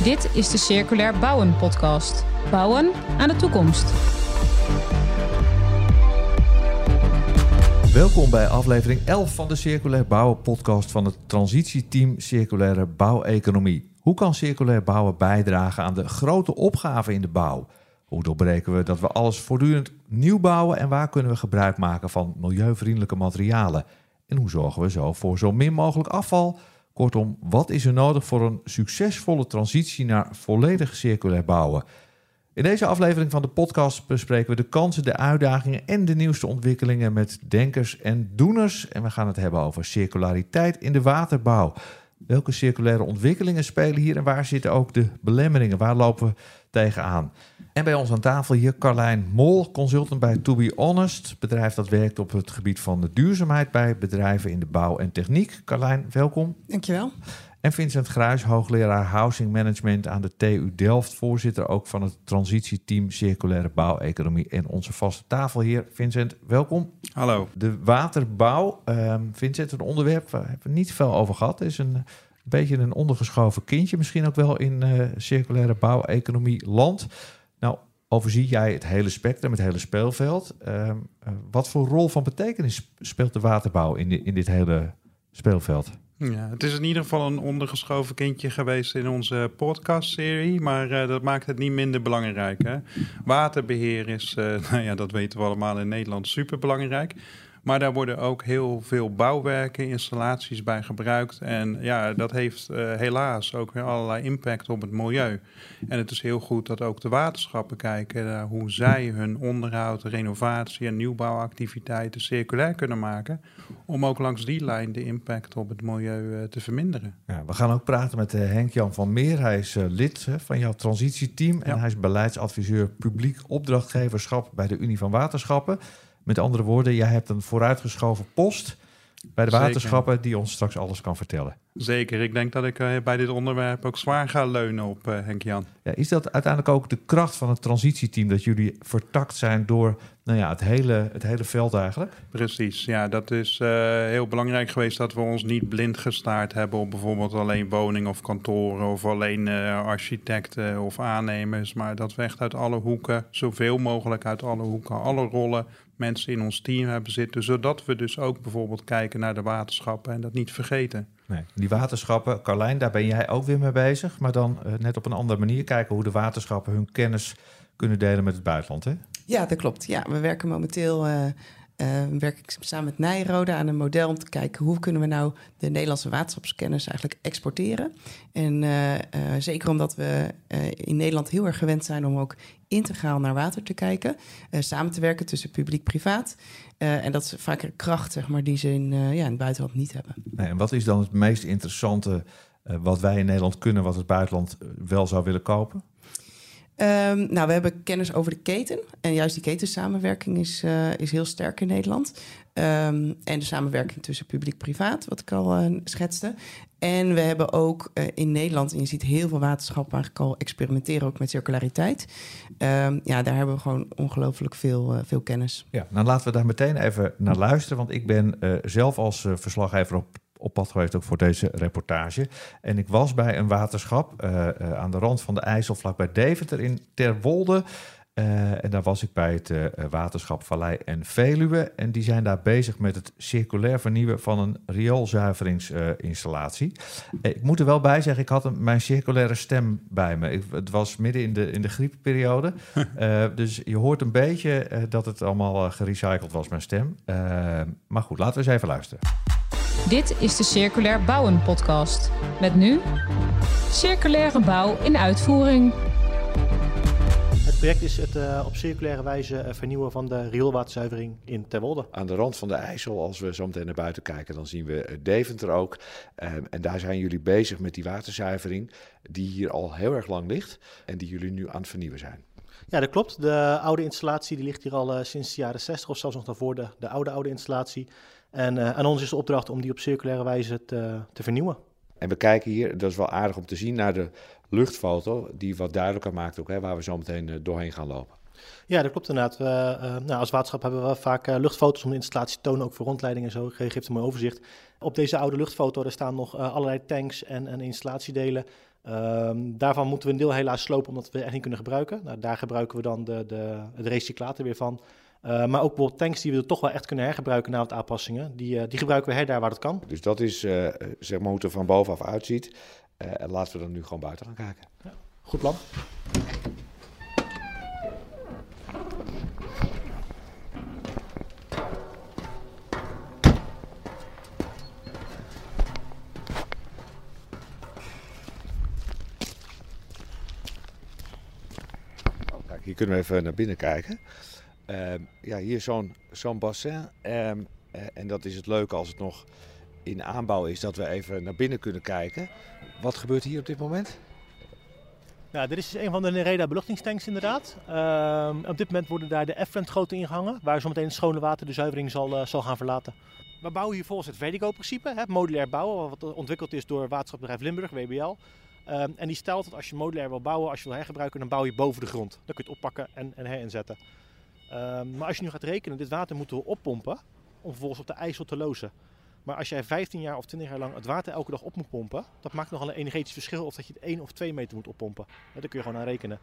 Dit is de Circulair Bouwen podcast. Bouwen aan de toekomst. Welkom bij aflevering 11 van de Circulair Bouwen podcast van het transitieteam Circulaire Bouweconomie. Hoe kan circulair bouwen bijdragen aan de grote opgaven in de bouw? Hoe doorbreken we dat we alles voortdurend nieuw bouwen en waar kunnen we gebruik maken van milieuvriendelijke materialen? En hoe zorgen we zo voor zo min mogelijk afval? Kortom, wat is er nodig voor een succesvolle transitie naar volledig circulair bouwen? In deze aflevering van de podcast bespreken we de kansen, de uitdagingen en de nieuwste ontwikkelingen met denkers en doeners. En we gaan het hebben over circulariteit in de waterbouw. Welke circulaire ontwikkelingen spelen hier en waar zitten ook de belemmeringen? Waar lopen we tegenaan? En bij ons aan tafel hier Carlijn Mol, consultant bij To Be Honest. Bedrijf dat werkt op het gebied van de duurzaamheid bij bedrijven in de bouw en techniek. Carlijn, welkom. Dankjewel. En Vincent Gruijs, hoogleraar Housing Management aan de TU Delft. Voorzitter ook van het transitieteam Circulaire Bouweconomie. En onze vaste tafelheer Vincent, welkom. Hallo. De waterbouw. Vincent, een onderwerp waar we niet veel over gehad. Het is een beetje een ondergeschoven kindje. Misschien ook wel in circulaire bouweconomie land. Nou, overzie jij het hele spectrum, het hele speelveld. Wat voor rol van betekenis speelt de waterbouw in dit hele speelveld? Ja, het is in ieder geval een ondergeschoven kindje geweest in onze podcastserie, maar dat maakt het niet minder belangrijk. Hè? Waterbeheer is, dat weten we allemaal in Nederland, superbelangrijk. Maar daar worden ook heel veel bouwwerken, installaties bij gebruikt. En ja, dat heeft helaas ook weer allerlei impact op het milieu. En het is heel goed dat ook de waterschappen kijken naar hoe zij hun onderhoud, renovatie en nieuwbouwactiviteiten circulair kunnen maken. Om ook langs die lijn de impact op het milieu te verminderen. Ja, we gaan ook praten met Henk-Jan van Meer. Hij is lid van jouw transitieteam. En hij is beleidsadviseur publiek opdrachtgeverschap bij de Unie van Waterschappen. Met andere woorden, jij hebt een vooruitgeschoven post bij de waterschappen die ons straks alles kan vertellen. Zeker, ik denk dat ik bij dit onderwerp ook zwaar ga leunen op Henk-Jan. Ja, is dat uiteindelijk ook de kracht van het transitieteam, dat jullie vertakt zijn door het hele veld eigenlijk? Precies, ja, dat is heel belangrijk geweest dat we ons niet blind gestaard hebben op bijvoorbeeld alleen woningen of kantoren of alleen architecten of aannemers, maar dat we echt uit alle hoeken, zoveel mogelijk uit alle hoeken, alle rollen, mensen in ons team hebben zitten, zodat we dus ook bijvoorbeeld kijken naar de waterschappen en dat niet vergeten. Nee, die waterschappen, Carlijn, daar ben jij ook weer mee bezig, maar dan net op een andere manier kijken hoe de waterschappen hun kennis kunnen delen met het buitenland, hè? Ja, dat klopt. Ja, we werken momenteel werk ik samen met Nijrode aan een model om te kijken hoe kunnen we nou de Nederlandse waterschapskennis eigenlijk exporteren. En zeker omdat we in Nederland heel erg gewend zijn om ook integraal naar water te kijken, samen te werken tussen publiek-privaat. En dat is vaak een kracht, zeg maar, die ze in het buitenland niet hebben. Nee, en wat is dan het meest interessante wat wij in Nederland kunnen, wat het buitenland wel zou willen kopen? We hebben kennis over de keten. En juist die ketensamenwerking is heel sterk in Nederland. En de samenwerking tussen publiek-privaat, wat ik al schetste. En we hebben ook in Nederland, en je ziet heel veel waterschappen eigenlijk al experimenteren ook met circulariteit. Daar hebben we gewoon ongelooflijk veel kennis. Ja, nou laten we daar meteen even naar luisteren. Want ik ben zelf als verslaggever op pad geweest ook voor deze reportage. En ik was bij een waterschap aan de rand van de IJssel, vlakbij Deventer in Terwolde. En daar was ik bij het waterschap Vallei en Veluwe. En die zijn daar bezig met het circulair vernieuwen van een rioolzuiveringsinstallatie. Ik moet er wel bij zeggen, ik had mijn circulaire stem bij me. Het was midden in de griepperiode. Dus je hoort een beetje dat het allemaal gerecycled was, mijn stem. Maar goed, laten we eens even luisteren. Dit is de Circulair Bouwen podcast. Met nu circulaire bouw in uitvoering. Het project is het op circulaire wijze vernieuwen van de rioolwaterzuivering in Terwolde. Aan de rand van de IJssel, als we zo meteen naar buiten kijken, dan zien we Deventer ook. En daar zijn jullie bezig met die waterzuivering die hier al heel erg lang ligt en die jullie nu aan het vernieuwen zijn. Ja, dat klopt. De oude installatie die ligt hier al sinds de jaren 60 of zelfs nog daarvoor de oude installatie. En aan ons is de opdracht om die op circulaire wijze te vernieuwen. En we kijken hier, dat is wel aardig om te zien, naar de luchtfoto die wat duidelijker maakt ook, hè, waar we zo meteen doorheen gaan lopen. Ja, dat klopt inderdaad. Als waterschap hebben we vaak luchtfoto's om de installatie te tonen, ook voor rondleiding en zo. Geeft een mooi overzicht. Op deze oude luchtfoto daar staan nog allerlei tanks en installatiedelen. Daarvan moeten we een deel helaas slopen omdat we echt niet kunnen gebruiken. Nou, daar gebruiken we dan het recyclaat er weer van. Maar ook bijvoorbeeld tanks die we toch wel echt kunnen hergebruiken na wat aanpassingen. Die gebruiken we daar waar het kan. Dus dat is zeg maar hoe het er van bovenaf uitziet. En laten we dan nu gewoon buiten gaan kijken. Ja, goed plan. Kijk, hier kunnen we even naar binnen kijken. Hier zo'n bassin. En dat is het leuke als het nog in aanbouw is, dat we even naar binnen kunnen kijken. Wat gebeurt hier op dit moment? Ja, dit is dus een van de Nereda beluchtingstanks inderdaad. Op dit moment worden daar de effluentgoten ingehangen, waar zometeen het schone water de zuivering zal gaan verlaten. We bouwen hier volgens het Verdigo-principe, het modulair bouwen, wat ontwikkeld is door waterschapsbedrijf Limburg, WBL. En die stelt dat als je modulair wil bouwen, als je wil hergebruiken, dan bouw je boven de grond. Dan kun je het oppakken en herinzetten. Maar als je nu gaat rekenen, dit water moeten we oppompen om vervolgens op de IJssel te lozen. Maar als jij 15 jaar of 20 jaar lang het water elke dag op moet pompen, dat maakt nogal een energetisch verschil of dat je het 1 of 2 meter moet oppompen. Daar kun je gewoon aan rekenen.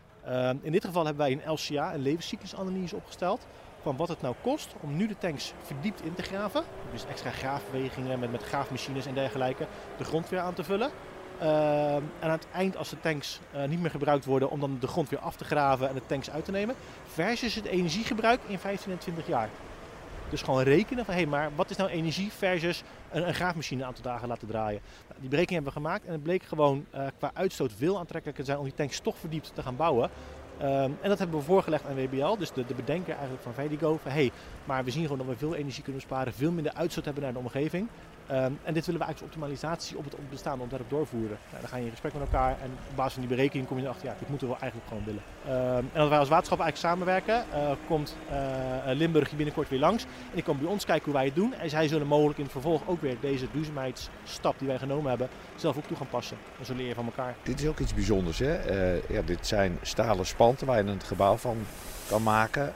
In dit geval hebben wij een LCA, een levenscyclusanalyse opgesteld, van wat het nou kost om nu de tanks verdiept in te graven. Dus extra graafbewegingen met graafmachines en dergelijke, de grond weer aan te vullen. En aan het eind, als de tanks niet meer gebruikt worden, om dan de grond weer af te graven en de tanks uit te nemen, versus het energiegebruik in 15 en 20 jaar. Dus gewoon rekenen van, maar wat is nou energie versus een graafmachine een aantal dagen laten draaien. Nou, die berekening hebben we gemaakt en het bleek gewoon qua uitstoot veel aantrekkelijker te zijn om die tanks toch verdiept te gaan bouwen. En dat hebben we voorgelegd aan WBL, dus de bedenker eigenlijk van Verdigo. Van, maar we zien gewoon dat we veel energie kunnen besparen, veel minder uitstoot hebben naar de omgeving. En dit willen we eigenlijk als optimalisatie op het bestaande ontwerp doorvoeren. Nou, dan ga je in gesprek met elkaar en op basis van die berekening kom je erachter, dit moeten we eigenlijk gewoon willen. En als wij als waterschap eigenlijk samenwerken, komt Limburg hier binnenkort weer langs. En die komen bij ons kijken hoe wij het doen. En zij zullen mogelijk in het vervolg ook weer deze duurzaamheidsstap die wij genomen hebben, zelf ook toe gaan passen. Dan zullen leren van elkaar. Dit is ook iets bijzonders, hè? Dit zijn stalen spanten waar je een gebouw van kan maken.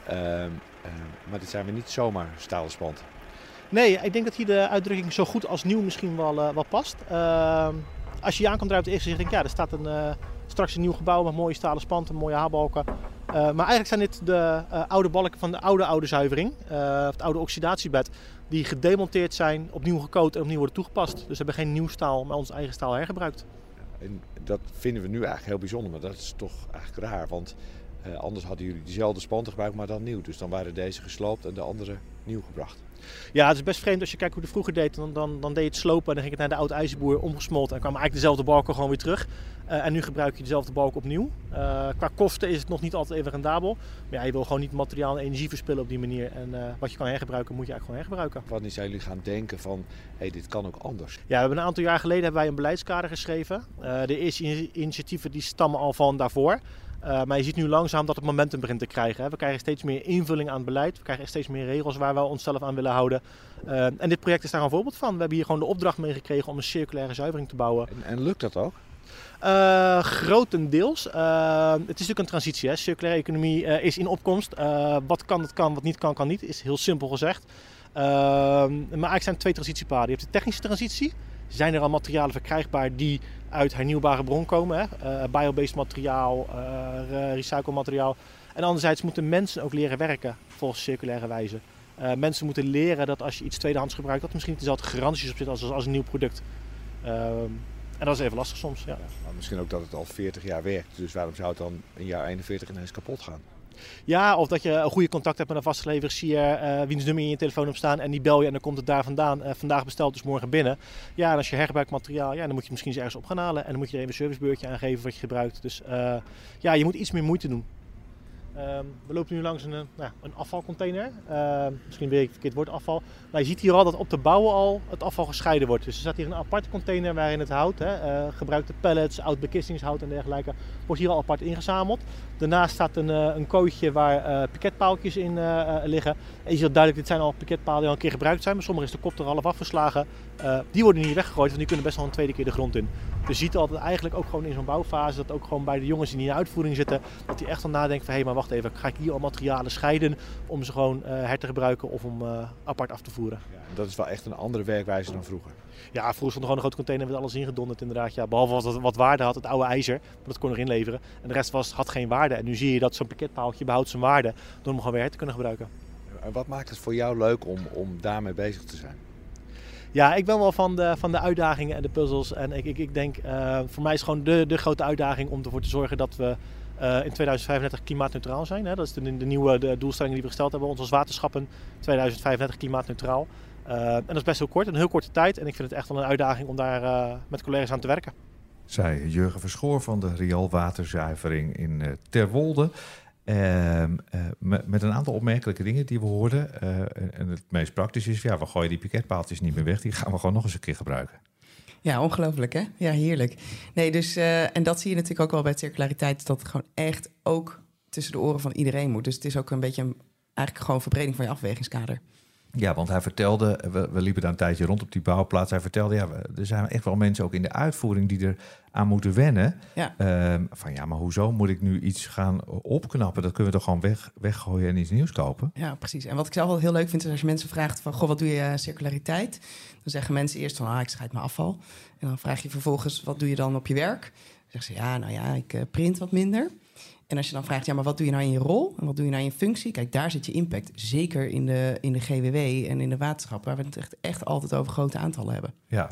Maar dit zijn weer niet zomaar stalen spanten. Nee, ik denk dat hier de uitdrukking zo goed als nieuw misschien wel past. Als je hier aankomt op de eerste gezicht, denk ik, er staat straks een nieuw gebouw met mooie stalen spanten, mooie haarbalken. Maar eigenlijk zijn dit de oude balken van de oude zuivering, het oude oxidatiebed, die gedemonteerd zijn, opnieuw gecoat en opnieuw worden toegepast. Dus we hebben geen nieuw staal, maar ons eigen staal hergebruikt. En dat vinden we nu eigenlijk heel bijzonder, maar dat is toch eigenlijk raar, want anders hadden jullie diezelfde spanten gebruikt, maar dan nieuw. Dus dan waren deze gesloopt en de andere nieuw gebracht. Ja, het is best vreemd als je kijkt hoe de vroeger deed. Dan deed je het slopen en dan ging het naar de oude ijzerboer omgesmolten. En kwamen eigenlijk dezelfde balken gewoon weer terug. En nu gebruik je dezelfde balk opnieuw. Qua kosten is het nog niet altijd even rendabel. Maar ja, je wil gewoon niet materiaal en energie verspillen op die manier. En wat je kan hergebruiken, moet je eigenlijk gewoon hergebruiken. Wanneer zijn jullie gaan denken van, dit kan ook anders? Ja, we hebben een aantal jaar geleden hebben wij een beleidskader geschreven. De eerste initiatieven die stammen al van daarvoor. Maar je ziet nu langzaam dat het momentum begint te krijgen. Hè. We krijgen steeds meer invulling aan het beleid. We krijgen steeds meer regels waar we onszelf aan willen houden. En dit project is daar een voorbeeld van. We hebben hier gewoon de opdracht mee gekregen om een circulaire zuivering te bouwen. En lukt dat ook? Grotendeels. Het is natuurlijk een transitie. Hè. Circulaire economie is in opkomst. Wat kan, dat kan. Wat niet kan, kan niet. Is heel simpel gezegd. Maar eigenlijk zijn er 2 transitiepaden. Je hebt de technische transitie. Zijn er al materialen verkrijgbaar die uit hernieuwbare bron komen? Hè? Biobased materiaal, recyclemateriaal. En anderzijds moeten mensen ook leren werken volgens circulaire wijze. Mensen moeten leren dat als je iets tweedehands gebruikt, dat er misschien niet dezelfde garanties op zitten als een nieuw product. En dat is even lastig soms. Ja. Maar misschien ook dat het al 40 jaar werkt. Dus waarom zou het dan in jaar 41 ineens kapot gaan? Ja, of dat je een goede contact hebt met een vaste leverancier, wiens nummer in je telefoon op staan en die bel je en dan komt het daar vandaan. Vandaag besteld, dus morgen binnen. Ja, en als je hergebruikt materiaal, dan moet je het misschien eens ergens op gaan halen en dan moet je er even een servicebeurtje aangeven wat je gebruikt. Dus je moet iets meer moeite doen. We lopen nu langs een afvalcontainer. Misschien weet ik het verkeerd woord afval. Maar je ziet hier al dat op de bouwen al het afval gescheiden wordt. Dus er staat hier een aparte container waarin het hout, gebruikte pallets, oud beklistingshout en dergelijke, wordt hier al apart ingezameld. Daarnaast staat een kooitje waar piketpaaltjes in liggen. En je ziet duidelijk, dit zijn al piketpalen die al een keer gebruikt zijn. Maar sommige is de kop er half afgeslagen. Die worden niet weggegooid, want die kunnen best wel een tweede keer de grond in. je ziet altijd eigenlijk ook gewoon in zo'n bouwfase dat ook gewoon bij de jongens die in de uitvoering zitten, dat die echt al nadenken van maar wacht even, ga ik hier al materialen scheiden om ze gewoon her te gebruiken of om apart af te voeren. Ja, dat is wel echt een andere werkwijze dan vroeger. Ja, vroeger stond er gewoon een grote container met alles ingedonderd inderdaad. Ja, behalve wat waarde had, het oude ijzer, maar dat kon je nog inleveren. En de rest had geen waarde. En nu zie je dat zo'n parketpaaltje behoudt zijn waarde door hem gewoon weer her te kunnen gebruiken. En wat maakt het voor jou leuk om daarmee bezig te zijn? Ja, ik ben wel van de uitdagingen en de puzzels. En ik denk, voor mij is gewoon de grote uitdaging om ervoor te zorgen dat we in 2035 klimaatneutraal zijn. Hè. Dat is de nieuwe doelstelling die we gesteld hebben. Ons als waterschappen 2035 klimaatneutraal. En dat is best heel kort, een heel korte tijd. En ik vind het echt wel een uitdaging om daar met collega's aan te werken. Zei Jurgen Verschoor van de rioolwaterzuivering in Terwolde. Met een aantal opmerkelijke dingen die we hoorden. En het meest praktisch is, we gooien die piketpaaltjes niet meer weg. Die gaan we gewoon nog eens een keer gebruiken. Ja, ongelooflijk hè? Ja, heerlijk. Nee, dus, en dat zie je natuurlijk ook wel bij circulariteit, dat het gewoon echt ook tussen de oren van iedereen moet. Dus het is ook een beetje eigenlijk gewoon verbreding van je afwegingskader. Ja, want hij vertelde, we liepen daar een tijdje rond op die bouwplaats. Hij vertelde, er zijn echt wel mensen ook in de uitvoering die er aan moeten wennen. Ja. Maar hoezo moet ik nu iets gaan opknappen? Dat kunnen we toch gewoon weggooien en iets nieuws kopen? Ja, precies. En wat ik zelf wel heel leuk vind, is als je mensen vraagt van, goh, wat doe je circulariteit? Dan zeggen mensen eerst van, ik scheid mijn afval. En dan vraag je vervolgens, wat doe je dan op je werk? Dan zeggen ze, ik print wat minder. En als je dan vraagt, maar wat doe je nou in je rol? En wat doe je nou in je functie? Kijk, daar zit je impact. Zeker in de GWW en in de waterschap, waar we het echt altijd over grote aantallen hebben. Ja,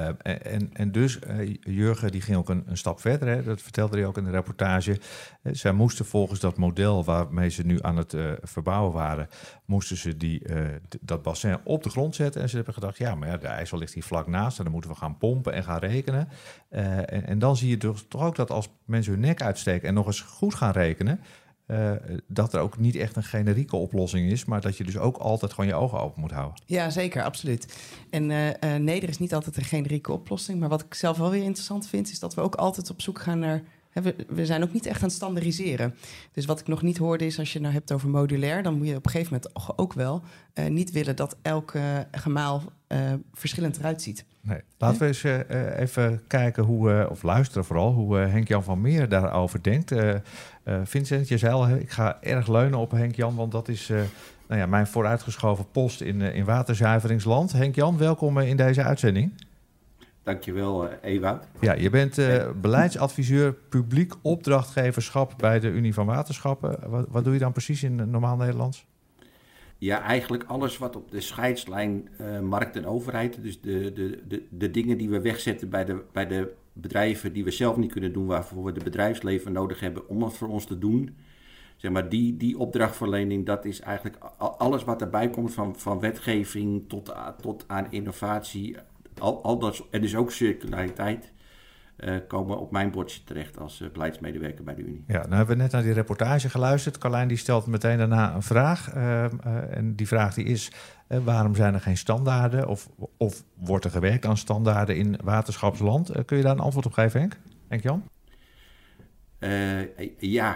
en dus Jurgen die ging ook een stap verder. Hè? Dat vertelde hij ook in de reportage. Zij moesten volgens dat model waarmee ze nu aan het verbouwen waren, moesten ze dat bassin op de grond zetten. En ze hebben gedacht, de IJssel ligt hier vlak naast. En dan moeten we gaan pompen en gaan rekenen. En dan zie je toch ook dat als mensen hun nek uitsteken en nog eens goed gaan rekenen, dat er ook niet echt een generieke oplossing is, maar dat je dus ook altijd gewoon je ogen open moet houden. Ja, zeker, absoluut. En nee, er is niet altijd een generieke oplossing, maar wat ik zelf wel weer interessant vind, is dat we ook altijd op zoek gaan naar. We zijn ook niet echt aan het standaardiseren. Dus wat ik nog niet hoorde is, als je het nou hebt over modulair, dan moet je op een gegeven moment ook wel niet willen dat elk gemaal verschillend eruit ziet. Nee. Laten we eens even kijken of luisteren vooral, hoe Henk-Jan van Meer daarover denkt. Vincent, je zei al, ik ga erg leunen op Henk-Jan, want dat is mijn vooruitgeschoven post in waterzuiveringsland. Henk-Jan, welkom in deze uitzending. Dankjewel, Ewout. Ja, je bent beleidsadviseur publiek opdrachtgeverschap bij de Unie van Waterschappen. Wat doe je dan precies in normaal Nederlands? Ja, eigenlijk alles wat op de scheidslijn markt en overheid, dus de dingen die we wegzetten bij de bedrijven die we zelf niet kunnen doen, waarvoor we de bedrijfsleven nodig hebben om het voor ons te doen. Zeg maar, die opdrachtverlening, dat is eigenlijk alles wat erbij komt van wetgeving tot aan innovatie. Al dat, en dus ook circulariteit, komen op mijn bordje terecht als beleidsmedewerker bij de Unie. Ja, nou hebben we net naar die reportage geluisterd. Carlijn die stelt meteen daarna een vraag. En die vraag die is, waarom zijn er geen standaarden? Of wordt er gewerkt aan standaarden in waterschapsland? Kun je daar een antwoord op geven, Henk-Jan? Ja,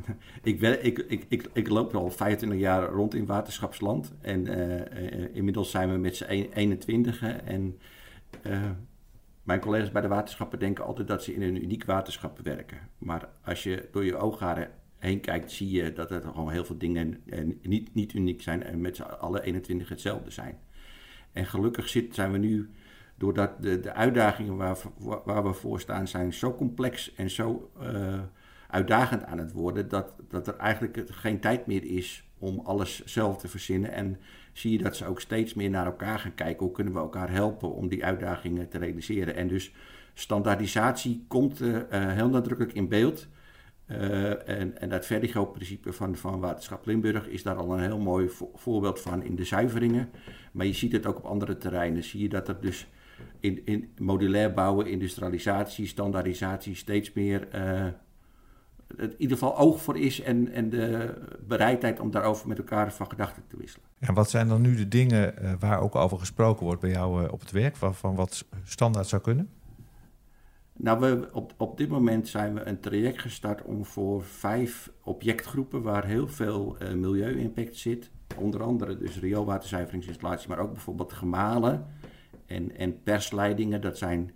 ik loop al 25 jaar rond in waterschapsland. En inmiddels zijn we met z'n 21. En mijn collega's bij de waterschappen denken altijd dat ze in een uniek waterschap werken. Maar als je door je oogharen heen kijkt, zie je dat er gewoon heel veel dingen niet uniek zijn en met z'n alle 21 hetzelfde zijn. En gelukkig zijn we nu, doordat de uitdagingen waar we voor staan zijn zo complex en zo uitdagend aan het worden, dat er eigenlijk geen tijd meer is om alles zelf te verzinnen. En zie je dat ze ook steeds meer naar elkaar gaan kijken. Hoe kunnen we elkaar helpen om die uitdagingen te realiseren? En dus standaardisatie komt heel nadrukkelijk in beeld. En dat Verdigo-principe van Waterschap Limburg is daar al een heel mooi voorbeeld van in de zuiveringen. Maar je ziet het ook op andere terreinen. Zie je dat er dus in modulair bouwen, industrialisatie, standaardisatie steeds meer in ieder geval oog voor is en de bereidheid om daarover met elkaar van gedachten te wisselen. En wat zijn dan nu de dingen waar ook over gesproken wordt bij jou op het werk, van wat standaard zou kunnen? Nou, op dit moment zijn we een traject gestart om voor 5 objectgroepen waar heel veel milieu-impact zit, onder andere dus rioolwaterzuiveringsinstallaties, maar ook bijvoorbeeld gemalen en persleidingen. Dat zijn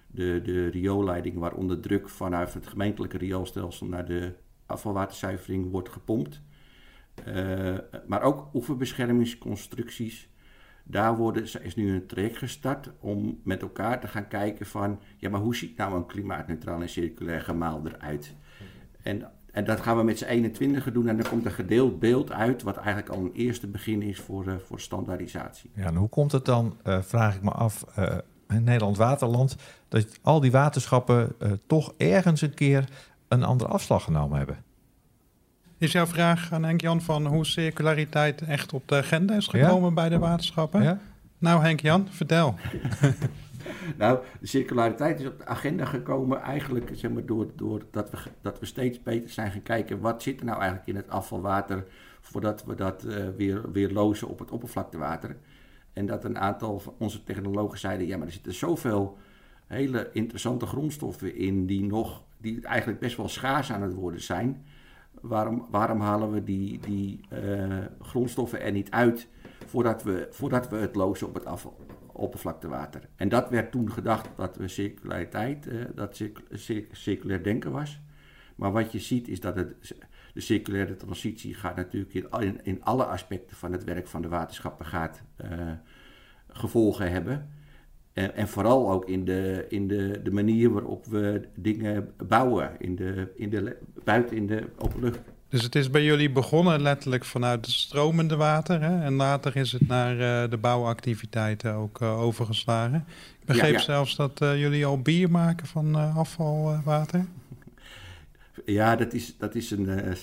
de rioolleiding waaronder druk vanuit het gemeentelijke rioolstelsel naar de afvalwaterzuivering wordt gepompt. Maar ook oeverbeschermingsconstructies. Daar is nu een traject gestart om met elkaar te gaan kijken van, ja, maar hoe ziet nou een klimaatneutraal en circulair gemaal eruit? En dat gaan we met z'n 21 doen en dan komt een gedeeld beeld uit, wat eigenlijk al een eerste begin is voor standaardisatie. Ja, en hoe komt het dan, vraag ik me af, in Nederland Waterland, dat al die waterschappen toch ergens een keer een andere afslag genomen hebben? Is jouw vraag aan Henk-Jan van hoe circulariteit echt op de agenda is gekomen bij de waterschappen? Ja? Nou Henk-Jan, vertel. Nou, de circulariteit is op de agenda gekomen eigenlijk zeg maar, doordat we steeds beter zijn gaan kijken wat zit er nou eigenlijk in het afvalwater voordat we dat weer lozen op het oppervlaktewater. En dat een aantal van onze technologen zeiden, ja, maar er zitten zoveel hele interessante grondstoffen in die eigenlijk best wel schaars aan het worden zijn. Waarom halen we die grondstoffen er niet uit voordat we het lozen op het oppervlaktewater? En dat werd toen gedacht dat we circulariteit, dat circulair denken was. Maar wat je ziet is dat de circulaire transitie gaat natuurlijk in alle aspecten van het werk van de waterschappen gevolgen hebben. En vooral ook in de manier waarop we dingen bouwen, buiten in de open lucht. Dus het is bij jullie begonnen letterlijk vanuit het stromende water. Hè? En later is het naar de bouwactiviteiten ook overgeslagen. Ik begreep zelfs dat jullie al bier maken van afvalwater. Ja, dat is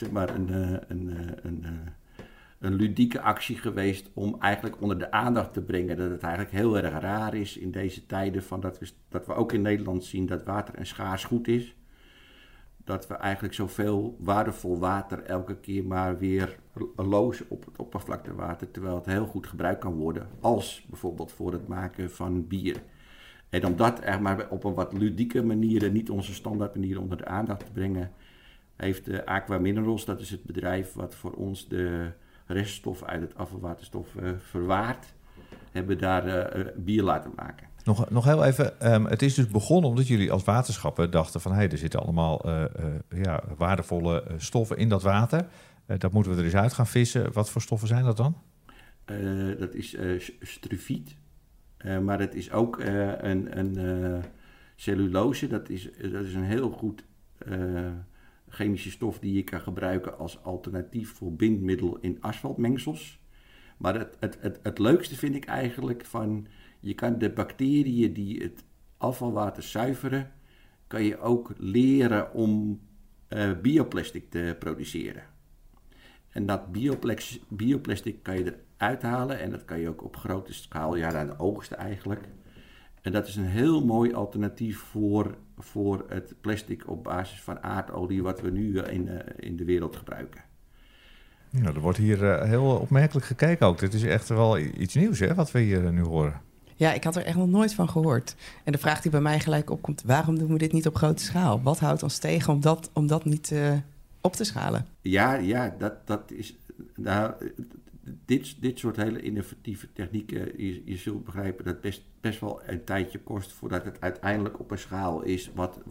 een ludieke actie geweest om eigenlijk onder de aandacht te brengen dat het eigenlijk heel erg raar is in deze tijden van dat we ook in Nederland zien dat water een schaars goed is. Dat we eigenlijk zoveel waardevol water elke keer maar weer lozen op het oppervlaktewater, terwijl het heel goed gebruikt kan worden, als bijvoorbeeld voor het maken van bier. En om dat er maar op een wat ludieke manier en niet onze standaard manier onder de aandacht te brengen, heeft Aqua Minerals, dat is het bedrijf wat voor ons de reststof uit het afvalwaterstof verwaart, hebben daar bier laten maken. Nog heel even, het is dus begonnen omdat jullie als waterschappen dachten van er zitten allemaal waardevolle stoffen in dat water. Dat moeten we er eens uit gaan vissen. Wat voor stoffen zijn dat dan? Dat is struviet, maar het is ook een cellulose. Dat is een heel goed chemische stof die je kan gebruiken als alternatief voor bindmiddel in asfaltmengsels. Maar het leukste vind ik eigenlijk van, je kan de bacteriën die het afvalwater zuiveren, kan je ook leren om bioplastic te produceren. En dat bioplastic kan je eruit halen en dat kan je ook op grote schaal, aan de oogsten eigenlijk. En dat is een heel mooi alternatief voor het plastic op basis van aardolie wat we nu in de wereld gebruiken. Nou, er wordt hier heel opmerkelijk gekeken ook. Dit is echt wel iets nieuws, hè, wat we hier nu horen. Ja, ik had er echt nog nooit van gehoord. En de vraag die bij mij gelijk opkomt, waarom doen we dit niet op grote schaal? Wat houdt ons tegen om dat niet op te schalen? Ja, dat is... Nou, dit soort hele innovatieve technieken, je zult begrijpen dat best wel een tijdje kost voordat het uiteindelijk op een schaal is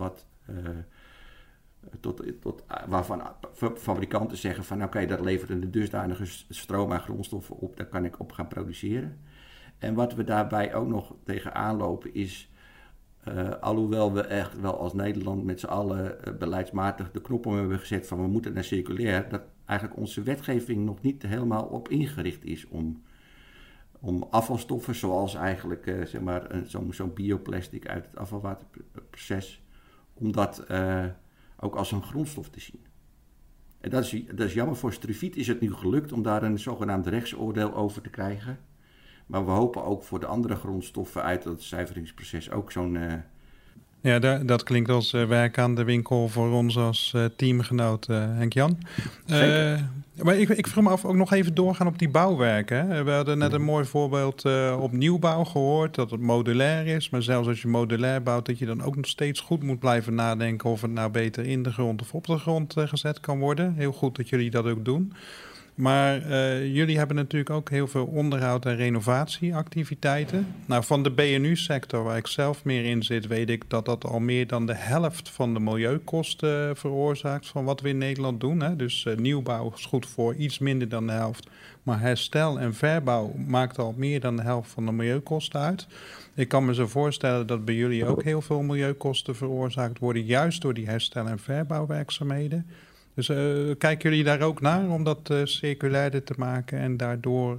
waarvan fabrikanten zeggen van oké, dat levert een dusdanige stroom aan grondstoffen op, daar kan ik op gaan produceren. En wat we daarbij ook nog tegenaan lopen is, alhoewel we echt wel als Nederland met z'n allen beleidsmatig de knop om hebben gezet van we moeten naar circulair, dat eigenlijk onze wetgeving nog niet helemaal op ingericht is om afvalstoffen zoals eigenlijk zo'n bioplastic uit het afvalwaterproces, om dat ook als een grondstof te zien. En dat is jammer. Voor struviet is het nu gelukt om daar een zogenaamd rechtsoordeel over te krijgen. Maar we hopen ook voor de andere grondstoffen uit het zuiveringsproces ook zo'n... Ja, dat klinkt als werk aan de winkel voor ons als teamgenoot Henk-Jan. Maar ik vroeg me af, ook nog even doorgaan op die bouwwerken. Hè? We hadden net een mooi voorbeeld op nieuwbouw gehoord, dat het modulair is. Maar zelfs als je modulair bouwt, dat je dan ook nog steeds goed moet blijven nadenken of het nou beter in de grond of op de grond gezet kan worden. Heel goed dat jullie dat ook doen. Maar jullie hebben natuurlijk ook heel veel onderhoud en renovatieactiviteiten. Nou, van de BNU-sector, waar ik zelf meer in zit, weet ik dat dat al meer dan de helft van de milieukosten veroorzaakt van wat we in Nederland doen. Hè. Dus nieuwbouw is goed voor iets minder dan de helft. Maar herstel en verbouw maakt al meer dan de helft van de milieukosten uit. Ik kan me zo voorstellen dat bij jullie ook heel veel milieukosten veroorzaakt worden, juist door die herstel- en verbouwwerkzaamheden. Dus kijken jullie daar ook naar om dat circulairder te maken en daardoor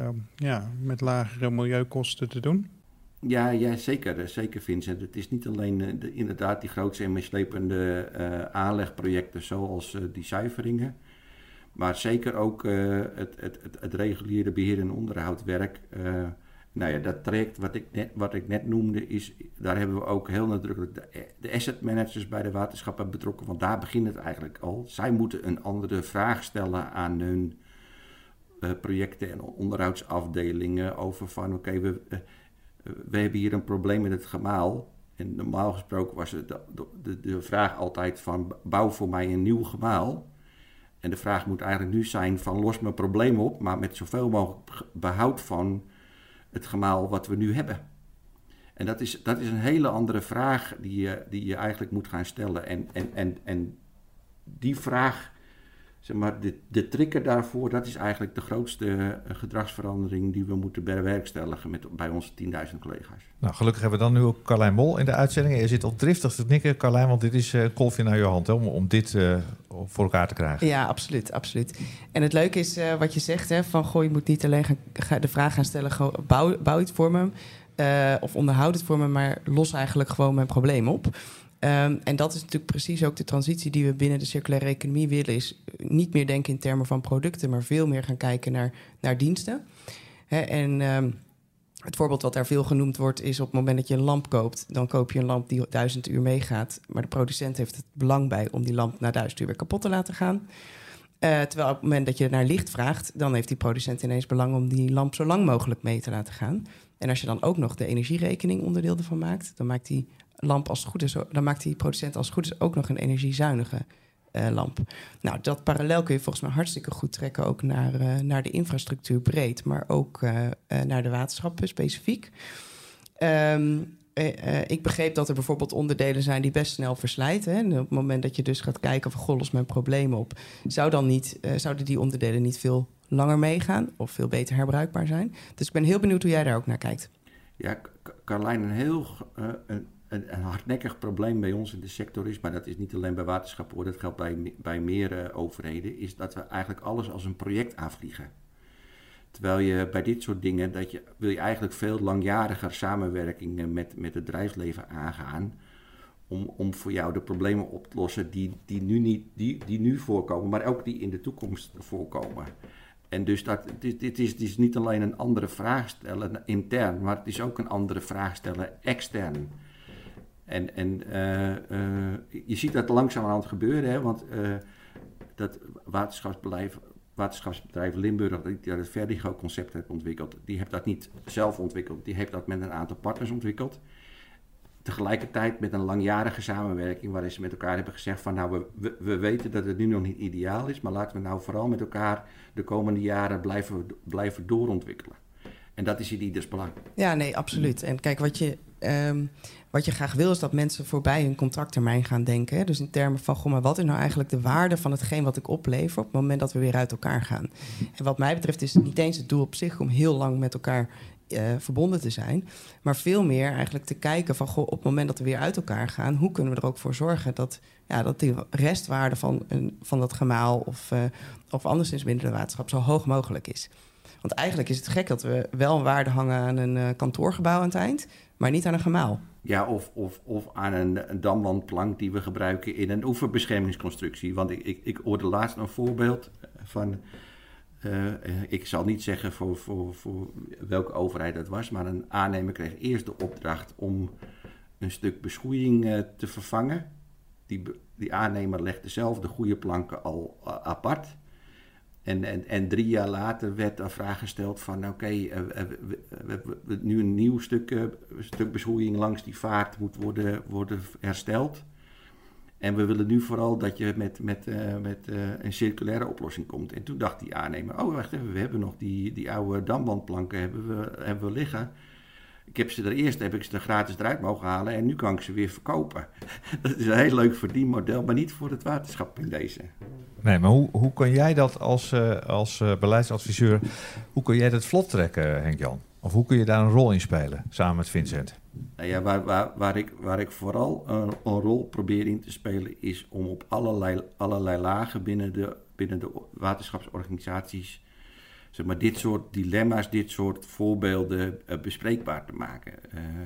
met lagere milieukosten te doen? Ja, zeker Vincent. Het is niet alleen inderdaad die grootse en meeslepende aanlegprojecten zoals die zuiveringen. Maar zeker ook het reguliere beheer- en onderhoudwerk. Dat traject wat ik net noemde, daar hebben we ook heel nadrukkelijk de asset managers bij de waterschappen betrokken. Want daar begint het eigenlijk al. Zij moeten een andere vraag stellen aan hun projecten en onderhoudsafdelingen over van oké, we hebben hier een probleem met het gemaal. En normaal gesproken was het de vraag altijd van bouw voor mij een nieuw gemaal. En de vraag moet eigenlijk nu zijn van los mijn probleem op, maar met zoveel mogelijk behoud van het gemaal wat we nu hebben. En dat is een hele andere vraag die je eigenlijk moet gaan stellen. En die vraag, zeg maar, de trigger daarvoor, dat is eigenlijk de grootste gedragsverandering die we moeten bewerkstelligen bij onze 10.000 collega's. Nou, gelukkig hebben we dan nu ook Carlijn Mol in de uitzending. Je zit al driftig te knikken, Carlijn, want dit is kolfje naar je hand hè, om dit voor elkaar te krijgen. Ja, absoluut. En het leuke is wat je zegt, hè, van je moet niet alleen de vraag gaan stellen, bouw iets voor me of onderhoud het voor me, maar los eigenlijk gewoon mijn probleem op. En dat is natuurlijk precies ook de transitie die we binnen de circulaire economie willen, is niet meer denken in termen van producten, maar veel meer gaan kijken naar diensten. Het voorbeeld wat daar veel genoemd wordt is op het moment dat je een lamp koopt, dan koop je een lamp die 1000 uur meegaat, maar de producent heeft het belang bij om die lamp na 1000 uur weer kapot te laten gaan. Terwijl op het moment dat je naar licht vraagt, dan heeft die producent ineens belang om die lamp zo lang mogelijk mee te laten gaan. En als je dan ook nog de energierekening onderdeel ervan maakt, dan maakt die lamp als het goed is, dan maakt die producent als het goed is ook nog een energiezuinige lamp. Nou, dat parallel kun je volgens mij hartstikke goed trekken ook naar de infrastructuur breed, maar ook naar de waterschappen specifiek. Ik begreep dat er bijvoorbeeld onderdelen zijn die best snel verslijten. Hè? En op het moment dat je dus gaat kijken van los mijn problemen op, zouden die onderdelen niet veel langer meegaan of veel beter herbruikbaar zijn? Dus ik ben heel benieuwd hoe jij daar ook naar kijkt. Ja, Carlijn, een hardnekkig probleem bij ons in de sector is, maar dat is niet alleen bij waterschappen hoor, dat geldt bij meer overheden, is dat we eigenlijk alles als een project aanvliegen. Terwijl je bij dit soort dingen, wil je eigenlijk veel langjariger samenwerkingen met het bedrijfsleven aangaan om voor jou de problemen op te lossen die nu voorkomen, maar ook die in de toekomst voorkomen. En dus dit is niet alleen een andere vraag stellen intern, maar het is ook een andere vraag stellen extern. En je ziet dat langzamerhand gebeuren, hè, want dat waterschapsbedrijf Limburg, dat het Verdigo-concept heeft ontwikkeld, die heeft dat niet zelf ontwikkeld, die heeft dat met een aantal partners ontwikkeld. Tegelijkertijd met een langjarige samenwerking waarin ze met elkaar hebben gezegd van nou, we weten dat het nu nog niet ideaal is, maar laten we nou vooral met elkaar de komende jaren blijven doorontwikkelen. En dat is in ieders belang. Ja, nee, absoluut. En kijk, wat je graag wil is dat mensen voorbij hun contracttermijn gaan denken. Hè? Dus in termen van, maar wat is nou eigenlijk de waarde van hetgeen wat ik oplever op het moment dat we weer uit elkaar gaan? En wat mij betreft is het niet eens het doel op zich om heel lang met elkaar verbonden te zijn, maar veel meer eigenlijk te kijken van op het moment dat we weer uit elkaar gaan, hoe kunnen we er ook voor zorgen dat die restwaarde van dat gemaal of anderszins binnen de waterschap zo hoog mogelijk is. Want eigenlijk is het gek dat we wel een waarde hangen aan een kantoorgebouw aan het eind, maar niet aan een gemaal. Ja, of aan een damwandplank die we gebruiken in een oeverbeschermingsconstructie. Want ik hoorde laatst een voorbeeld van, ik zal niet zeggen voor welke overheid dat was, maar een aannemer kreeg eerst de opdracht om een stuk beschoeiing te vervangen. Die aannemer legde zelf de goede planken al apart. En 3 jaar later werd de vraag gesteld van oké, nu een nieuw stuk beschoeiing langs die vaart moet worden hersteld. En we willen nu vooral dat je met een circulaire oplossing komt. En toen dacht die aannemer, wacht even, we hebben nog die oude damwandplanken hebben we liggen. Heb ik ze er gratis eruit mogen halen en nu kan ik ze weer verkopen. Dat is een heel leuk verdienmodel, maar niet voor het waterschap in deze. Nee, maar hoe kan jij dat als beleidsadviseur, hoe kun jij dat vlot trekken, Henk-Jan? Of hoe kun je daar een rol in spelen, samen met Vincent? Nou ja, waar ik vooral een rol probeer in te spelen is om op allerlei lagen binnen de waterschapsorganisaties, zeg maar, dit soort dilemma's, dit soort voorbeelden bespreekbaar te maken.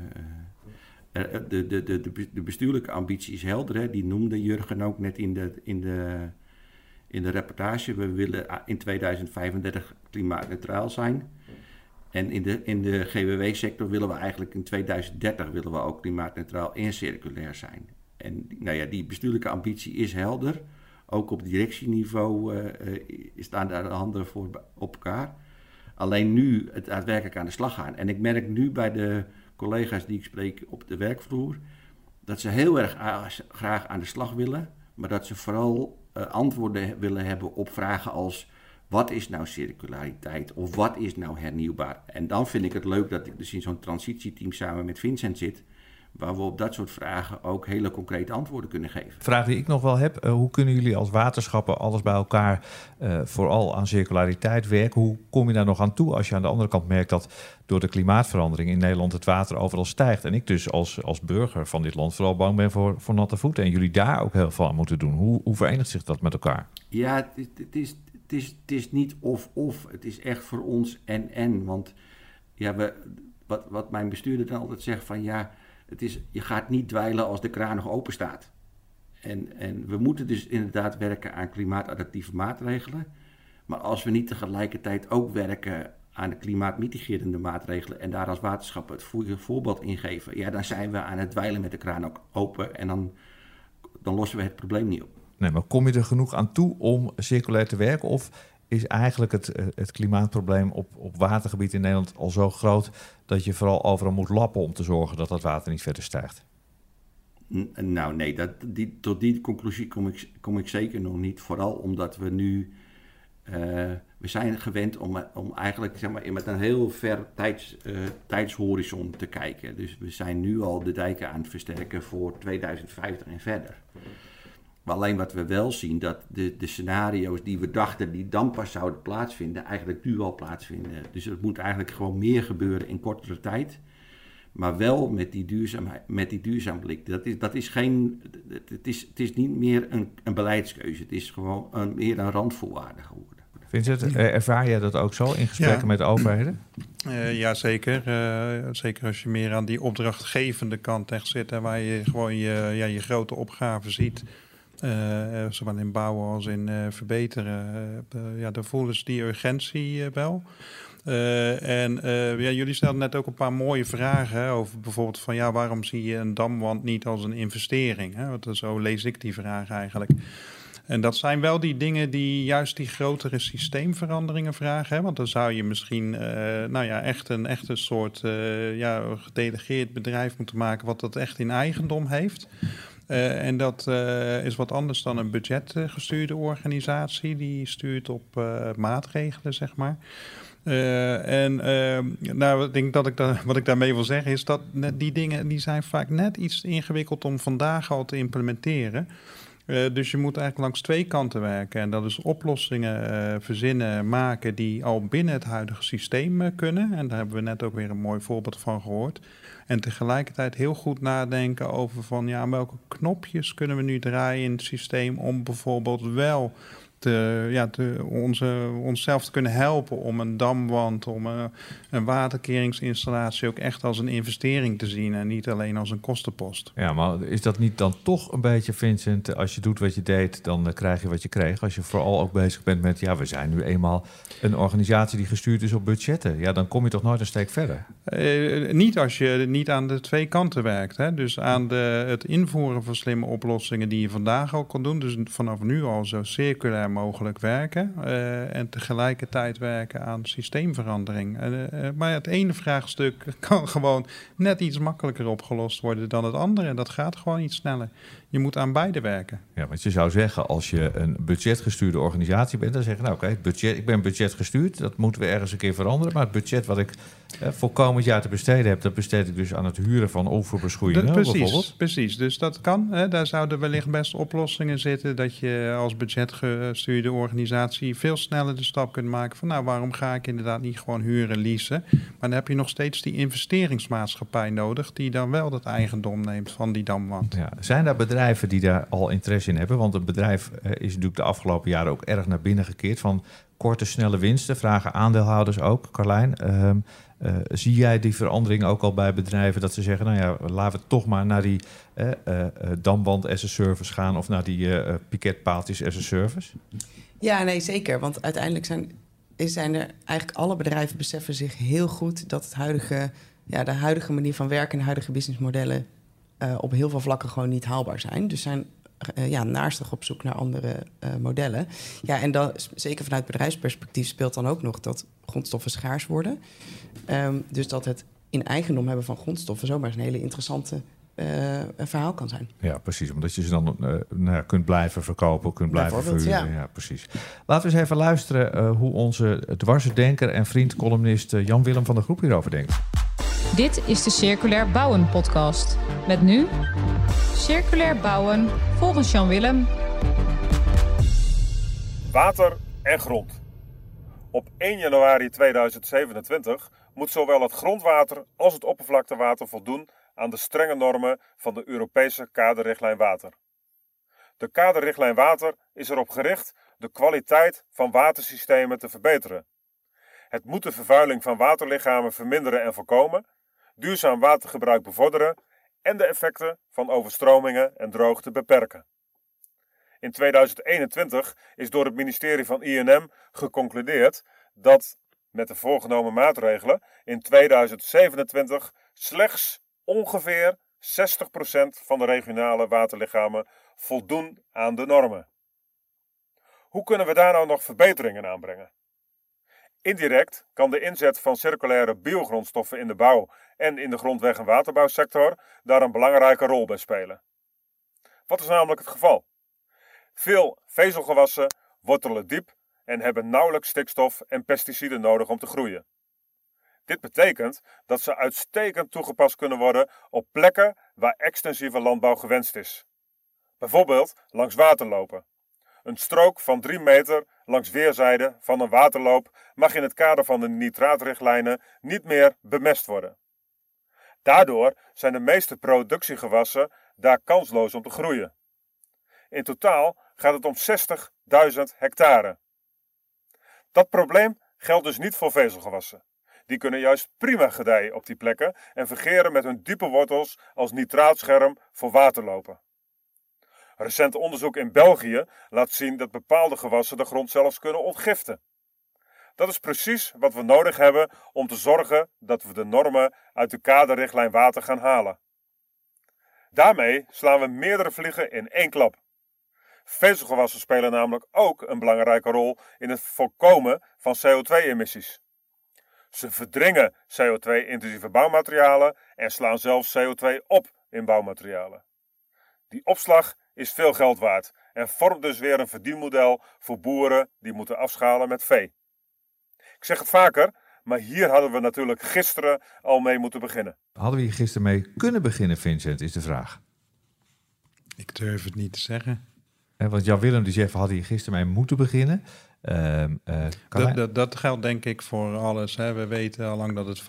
De bestuurlijke ambitie is helder, hè? Die noemde Jurgen ook net in de reportage. We willen in 2035 klimaatneutraal zijn. En in de GWW-sector willen we eigenlijk in 2030 willen we ook klimaatneutraal en circulair zijn. En nou ja, die bestuurlijke ambitie is helder. Ook op directieniveau staan daar de handen voor op elkaar. Alleen nu het daadwerkelijk aan de slag gaan. En ik merk nu bij de collega's die ik spreek op de werkvloer, dat ze heel erg graag aan de slag willen, maar dat ze vooral antwoorden willen hebben op vragen als: wat is nou circulariteit of wat is nou hernieuwbaar? En dan vind ik het leuk dat ik dus in zo'n transitieteam samen met Vincent zit, waar we op dat soort vragen ook hele concrete antwoorden kunnen geven. Vraag die ik nog wel heb, hoe kunnen jullie als waterschappen alles bij elkaar vooral aan circulariteit werken? Hoe kom je daar nog aan toe als je aan de andere kant merkt dat door de klimaatverandering in Nederland het water overal stijgt? En ik dus als burger van dit land vooral bang ben voor natte voeten. En jullie daar ook heel veel aan moeten doen. Hoe verenigt zich dat met elkaar? Ja, het is niet of. Het is echt voor ons en. Want ja, wat mijn bestuurder dan altijd zegt van ja, je gaat niet dweilen als de kraan nog open staat. En we moeten dus inderdaad werken aan klimaatadaptieve maatregelen. Maar als we niet tegelijkertijd ook werken aan de klimaatmitigerende maatregelen en daar als waterschappen het voorbeeld in geven, ja, dan zijn we aan het dweilen met de kraan ook open en dan lossen we het probleem niet op. Nee, maar kom je er genoeg aan toe om circulair te werken? Of is eigenlijk het klimaatprobleem op watergebied in Nederland al zo groot dat je vooral overal moet lappen om te zorgen dat dat water niet verder stijgt? Nou nee, tot die conclusie kom ik zeker nog niet. Vooral omdat we nu, we zijn gewend om eigenlijk zeg maar, met een heel ver tijdshorizon te kijken. Dus we zijn nu al de dijken aan het versterken voor 2050 en verder. Maar alleen wat we wel zien, dat de scenario's die we dachten die dan pas zouden plaatsvinden, eigenlijk nu al plaatsvinden. Dus het moet eigenlijk gewoon meer gebeuren in kortere tijd. Maar wel met die duurzaam blik. Het is niet meer een beleidskeuze. Het is gewoon meer een randvoorwaarde geworden. Vincent, ervaar jij dat ook zo in gesprekken met de overheden? Ja, zeker. Zeker als je meer aan die opdrachtgevende kant echt zit en waar je gewoon je grote opgaven ziet. Zowel in bouwen als in verbeteren. Dan voelen ze die urgentie wel. Jullie stelden net ook een paar mooie vragen over bijvoorbeeld van waarom zie je een damwand niet als een investering? Hè? Want zo lees ik die vraag eigenlijk. En dat zijn wel die dingen die juist die grotere systeemveranderingen vragen. Hè? Want dan zou je misschien echt een soort gedelegeerd bedrijf moeten maken wat dat echt in eigendom heeft. En dat is wat anders dan een budgetgestuurde organisatie. Die stuurt op maatregelen, zeg maar. Ik denk wat ik daarmee wil zeggen is dat die dingen die zijn vaak net iets ingewikkeld om vandaag al te implementeren. Dus je moet eigenlijk langs twee kanten werken. En dat is oplossingen verzinnen, maken die al binnen het huidige systeem kunnen. En daar hebben we net ook weer een mooi voorbeeld van gehoord. En tegelijkertijd heel goed nadenken over van welke knopjes kunnen we nu draaien in het systeem om bijvoorbeeld wel onszelf te kunnen helpen om een damwand, om een waterkeringsinstallatie ook echt als een investering te zien en niet alleen als een kostenpost. Ja, maar is dat niet dan toch een beetje, Vincent, als je doet wat je deed, dan krijg je wat je kreeg. Als je vooral ook bezig bent met, we zijn nu eenmaal een organisatie die gestuurd is op budgetten. Ja, dan kom je toch nooit een steek verder? Niet als je niet aan de twee kanten werkt. Hè? Dus aan het invoeren van slimme oplossingen die je vandaag al kan doen. Dus vanaf nu al zo circulair mogelijk werken. En tegelijkertijd werken aan systeemverandering. Maar het ene vraagstuk kan gewoon net iets makkelijker opgelost worden dan het andere. En dat gaat gewoon iets sneller. Je moet aan beide werken. Ja, want je zou zeggen, als je een budgetgestuurde organisatie bent, dan zeg je, nou oké, ik ben budgetgestuurd, dat moeten we ergens een keer veranderen. Maar het budget wat ik voor komend jaar te besteden heb, dat besteed ik dus aan het huren van overbeschoeiingen bijvoorbeeld. Precies, dus dat kan. Hè. Daar zouden wellicht best oplossingen zitten, dat je als budgetgestuurde organisatie veel sneller de stap kunt maken van, nou, waarom ga ik inderdaad niet gewoon huren, leasen? Maar dan heb je nog steeds die investeringsmaatschappij nodig, die dan wel dat eigendom neemt van die damwand. Ja, zijn daar bedrijven die daar al interesse in hebben? Want het bedrijf is natuurlijk de afgelopen jaren ook erg naar binnen gekeerd. Van korte, snelle winsten vragen aandeelhouders ook. Carlijn, zie jij die verandering ook al bij bedrijven dat ze zeggen, nou ja, laten we toch maar naar die damwand as a service gaan of naar die piketpaaltjes as a service? Ja, nee, zeker. Want uiteindelijk zijn er eigenlijk alle bedrijven beseffen zich heel goed dat de huidige manier van werken en de huidige businessmodellen op heel veel vlakken gewoon niet haalbaar zijn. Dus zijn naarstig op zoek naar andere modellen. Ja, en dan, zeker vanuit bedrijfsperspectief speelt dan ook nog dat grondstoffen schaars worden. Dus dat het in eigendom hebben van grondstoffen zomaar een hele interessante verhaal kan zijn. Ja, precies. Omdat je ze dan kunt blijven verkopen, kunt blijven verhuren. Ja, precies. Laten we eens even luisteren hoe onze dwarsdenker en vriend columnist Jan-Willem van der Groep hierover denkt. Dit is de Circulair Bouwen podcast. Met nu Circulair Bouwen volgens Jan-Willem. Water en grond. Op 1 januari 2027 moet zowel het grondwater als het oppervlaktewater voldoen aan de strenge normen van de Europese kaderrichtlijn water. De kaderrichtlijn water is erop gericht de kwaliteit van watersystemen te verbeteren. Het moet de vervuiling van waterlichamen verminderen en voorkomen, duurzaam watergebruik bevorderen en de effecten van overstromingen en droogte beperken. In 2021 is door het ministerie van INM geconcludeerd dat met de voorgenomen maatregelen in 2027 slechts ongeveer 60% van de regionale waterlichamen voldoen aan de normen. Hoe kunnen we daar nou nog verbeteringen aanbrengen? Indirect kan de inzet van circulaire biogrondstoffen in de bouw en in de grondweg- en waterbouwsector daar een belangrijke rol bij spelen. Wat is namelijk het geval? Veel vezelgewassen wortelen diep en hebben nauwelijks stikstof en pesticiden nodig om te groeien. Dit betekent dat ze uitstekend toegepast kunnen worden op plekken waar extensieve landbouw gewenst is. Bijvoorbeeld langs waterlopen. Een strook van 3 meter langs weerszijden van een waterloop mag in het kader van de nitraatrichtlijnen niet meer bemest worden. Daardoor zijn de meeste productiegewassen daar kansloos om te groeien. In totaal gaat het om 60.000 hectare. Dat probleem geldt dus niet voor vezelgewassen. Die kunnen juist prima gedijen op die plekken en fungeren met hun diepe wortels als nitraatscherm voor waterlopen. Recent onderzoek in België laat zien dat bepaalde gewassen de grond zelfs kunnen ontgiften. Dat is precies wat we nodig hebben om te zorgen dat we de normen uit de kaderrichtlijn water gaan halen. Daarmee slaan we meerdere vliegen in één klap. Vezelgewassen spelen namelijk ook een belangrijke rol in het voorkomen van CO2-emissies. Ze verdringen CO2-intensieve bouwmaterialen en slaan zelfs CO2 op in bouwmaterialen. Die opslag is veel geld waard en vormt dus weer een verdienmodel voor boeren die moeten afschalen met vee. Ik zeg het vaker, maar hier hadden we natuurlijk gisteren al mee moeten beginnen. Hadden we hier gisteren mee kunnen beginnen, Vincent, is de vraag. Ik durf het niet te zeggen. Want Jan-Willem die zegt, we hadden hier gisteren mee moeten beginnen. Dat geldt denk ik voor alles. Hè. We weten al lang dat het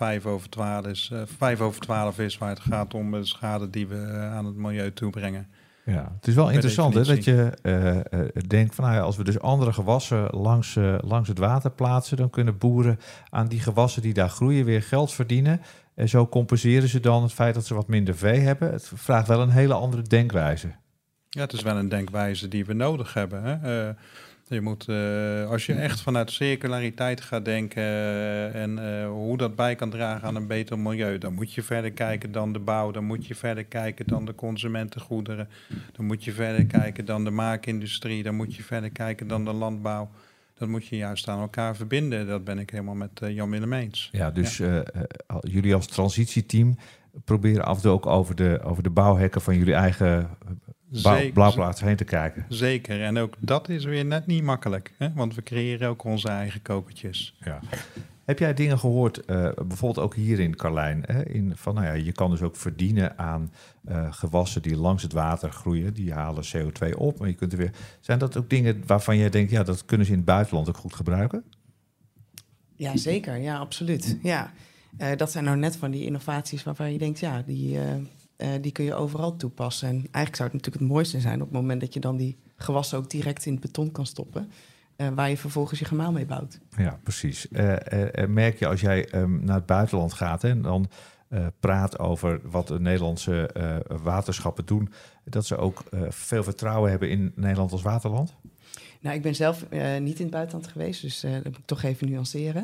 5/12 is waar het gaat om de schade die we aan het milieu toebrengen. Ja, het is wel interessant hè, dat je denkt van als we dus andere gewassen langs het water plaatsen, dan kunnen boeren aan die gewassen die daar groeien weer geld verdienen. En zo compenseren ze dan het feit dat ze wat minder vee hebben. Het vraagt wel een hele andere denkwijze. Ja, het is wel een denkwijze die we nodig hebben. Hè? Je moet, als je echt vanuit circulariteit gaat denken en hoe dat bij kan dragen aan een beter milieu, dan moet je verder kijken dan de bouw, dan moet je verder kijken dan de consumentengoederen, dan moet je verder kijken dan de maakindustrie, dan moet je verder kijken dan de landbouw. Dat moet je juist aan elkaar verbinden. Dat ben ik helemaal met Jan-Willem eens. Ja, dus jullie als transitieteam proberen af en toe ook over de bouwhekken van jullie eigen bouwplaats heen te kijken. Zeker, en ook dat is weer net niet makkelijk. Hè? Want we creëren ook onze eigen kokertjes. Ja. Heb jij dingen gehoord, bijvoorbeeld ook hier in Carlijn, je kan dus ook verdienen aan gewassen die langs het water groeien, die halen CO2 op, maar je kunt er weer. Zijn dat ook dingen waarvan jij denkt, ja, dat kunnen ze in het buitenland ook goed gebruiken? Ja, zeker. Ja, absoluut. Ja. Dat zijn nou net van die innovaties waarvan je denkt, ja, die kun je overal toepassen. En eigenlijk zou het natuurlijk het mooiste zijn op het moment dat je dan die gewassen ook direct in het beton kan stoppen. Waar je vervolgens je gemaal mee bouwt. Ja, precies. Merk je als jij naar het buitenland gaat en dan praat over wat de Nederlandse waterschappen doen, dat ze ook veel vertrouwen hebben in Nederland als waterland? Nou, ik ben zelf niet in het buitenland geweest, dus dat moet ik toch even nuanceren.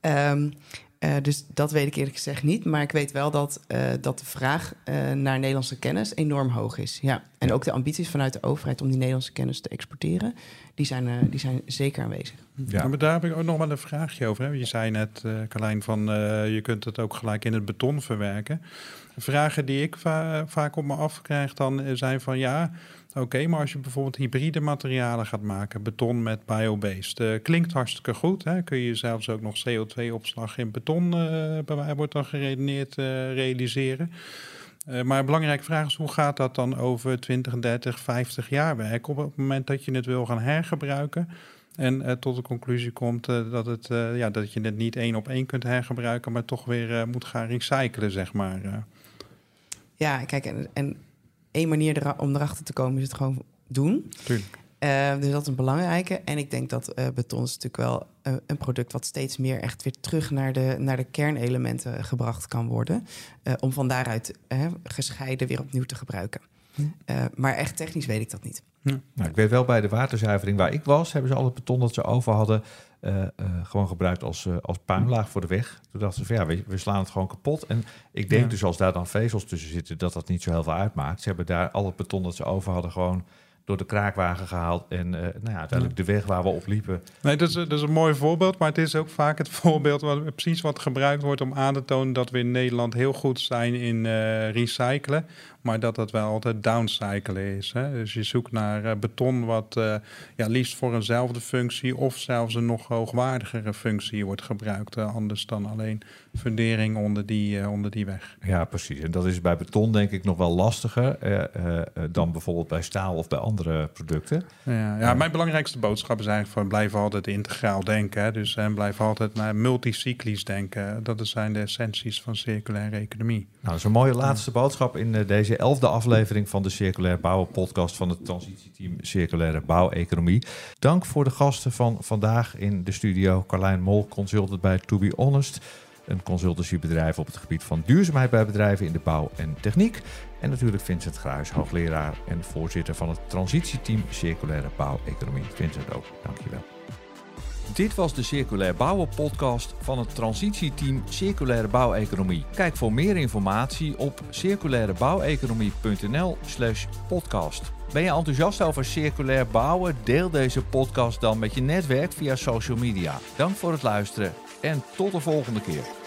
Dus dat weet ik eerlijk gezegd niet. Maar ik weet wel dat de vraag naar Nederlandse kennis enorm hoog is. Ja. En ook de ambities vanuit de overheid om die Nederlandse kennis te exporteren, die zijn zeker aanwezig. Ja. Maar daar heb ik ook nog wel een vraagje over. Hè? Je zei net, Carlijn, van je kunt het ook gelijk in het beton verwerken. Vragen die ik vaak op me afkrijg dan zijn van ja, oké, maar als je bijvoorbeeld hybride materialen gaat maken, beton met biobased, klinkt hartstikke goed. Hè? Kun je zelfs ook nog CO2-opslag in beton, wordt dan geredeneerd, realiseren. Maar een belangrijke vraag is, hoe gaat dat dan over 20, 30, 50 jaar werken op het moment dat je het wil gaan hergebruiken? En tot de conclusie komt dat je het niet 1 op 1 kunt hergebruiken, maar toch weer moet gaan recyclen, zeg maar. Ja, kijk, en één manier om erachter te komen is het gewoon doen. Tuurlijk. Dus dat is een belangrijke. En ik denk dat beton is natuurlijk wel een product wat steeds meer echt weer terug naar de kernelementen gebracht kan worden. Om van daaruit gescheiden weer opnieuw te gebruiken. Maar echt technisch weet ik dat niet. Ja. Nou, ik weet wel, bij de waterzuivering waar ik was, hebben ze al het beton dat ze over hadden gewoon gebruikt als puinlaag voor de weg. Toen dachten ze van we slaan het gewoon kapot. En ik denk dus als daar dan vezels tussen zitten, dat niet zo heel veel uitmaakt. Ze hebben daar al het beton dat ze over hadden gewoon door de kraakwagen gehaald en uiteindelijk de weg waar we op liepen. Nee, dat is een mooi voorbeeld, maar het is ook vaak het voorbeeld precies wat gebruikt wordt om aan te tonen dat we in Nederland heel goed zijn in recyclen, maar dat wel altijd downcyclen is. Hè? Dus je zoekt naar beton wat liefst voor eenzelfde functie of zelfs een nog hoogwaardigere functie wordt gebruikt, anders dan alleen fundering onder die weg. Ja, precies. En dat is bij beton denk ik nog wel lastiger dan bijvoorbeeld bij staal of bij andere producten. Ja, mijn belangrijkste boodschap is eigenlijk van blijf altijd integraal denken. Hè? Dus blijf altijd naar multicyclisch denken. Dat zijn de essenties van circulaire economie. Nou, dat is een mooie laatste boodschap in deze 11e aflevering van de Circulair Bouwen podcast van het transitieteam Circulaire Bouweconomie. Dank voor de gasten van vandaag in de studio. Carlijn Mol, consultant bij To Be Honest, een consultancybedrijf op het gebied van duurzaamheid bij bedrijven in de bouw en techniek. En natuurlijk Vincent Gruijs, hoogleraar en voorzitter van het transitieteam Circulaire Bouweconomie. Vincent ook, dankjewel. Dit was de Circulair Bouwen podcast van het transitieteam Circulaire Bouweconomie. Kijk voor meer informatie op circulairebouweconomie.nl/podcast. Ben je enthousiast over circulair bouwen? Deel deze podcast dan met je netwerk via social media. Dank voor het luisteren en tot de volgende keer.